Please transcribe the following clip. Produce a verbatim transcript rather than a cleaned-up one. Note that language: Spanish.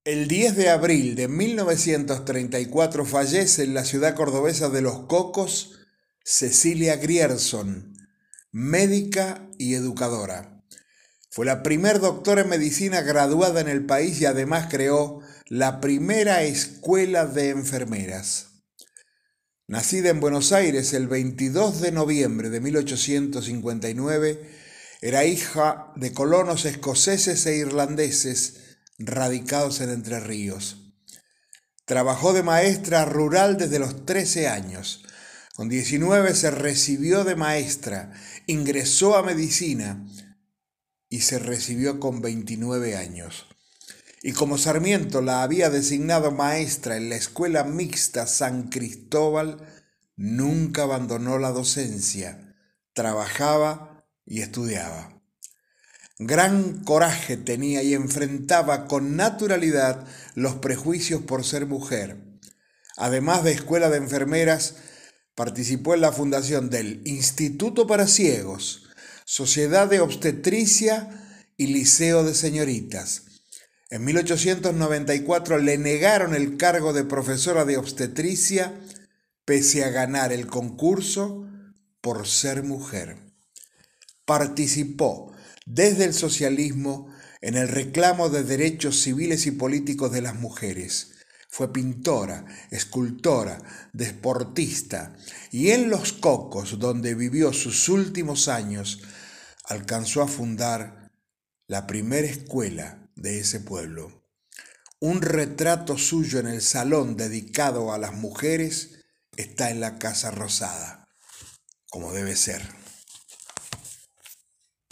El diez de abril de mil novecientos treinta y cuatro fallece en la ciudad cordobesa de Los Cocos Cecilia Grierson, médica y educadora. Fue la primer doctora en medicina graduada en el país y además creó la primera escuela de enfermeras. Nacida en Buenos Aires el veintidós de noviembre de mil ochocientos cincuenta y nueve, era hija de colonos escoceses e irlandeses radicados en Entre Ríos. Trabajó de maestra rural desde los trece años. Con diecinueve se recibió de maestra, ingresó a medicina y se recibió con veintinueve años. Y como Sarmiento la había designado maestra en la Escuela Mixta San Cristóbal, nunca abandonó la docencia, trabajaba y estudiaba. Gran coraje tenía y enfrentaba con naturalidad los prejuicios por ser mujer. Además de escuela de enfermeras, participó en la fundación del Instituto para Ciegos, Sociedad de Obstetricia y Liceo de Señoritas. En mil ochocientos noventa y cuatro le negaron el cargo de profesora de obstetricia pese a ganar el concurso por ser mujer. Participó desde el socialismo en el reclamo de derechos civiles y políticos de las mujeres. Fue pintora, escultora, deportista y en Los Cocos, donde vivió sus últimos años, alcanzó a fundar la primera escuela de ese pueblo. Un retrato suyo en el salón dedicado a las mujeres está en la Casa Rosada, como debe ser.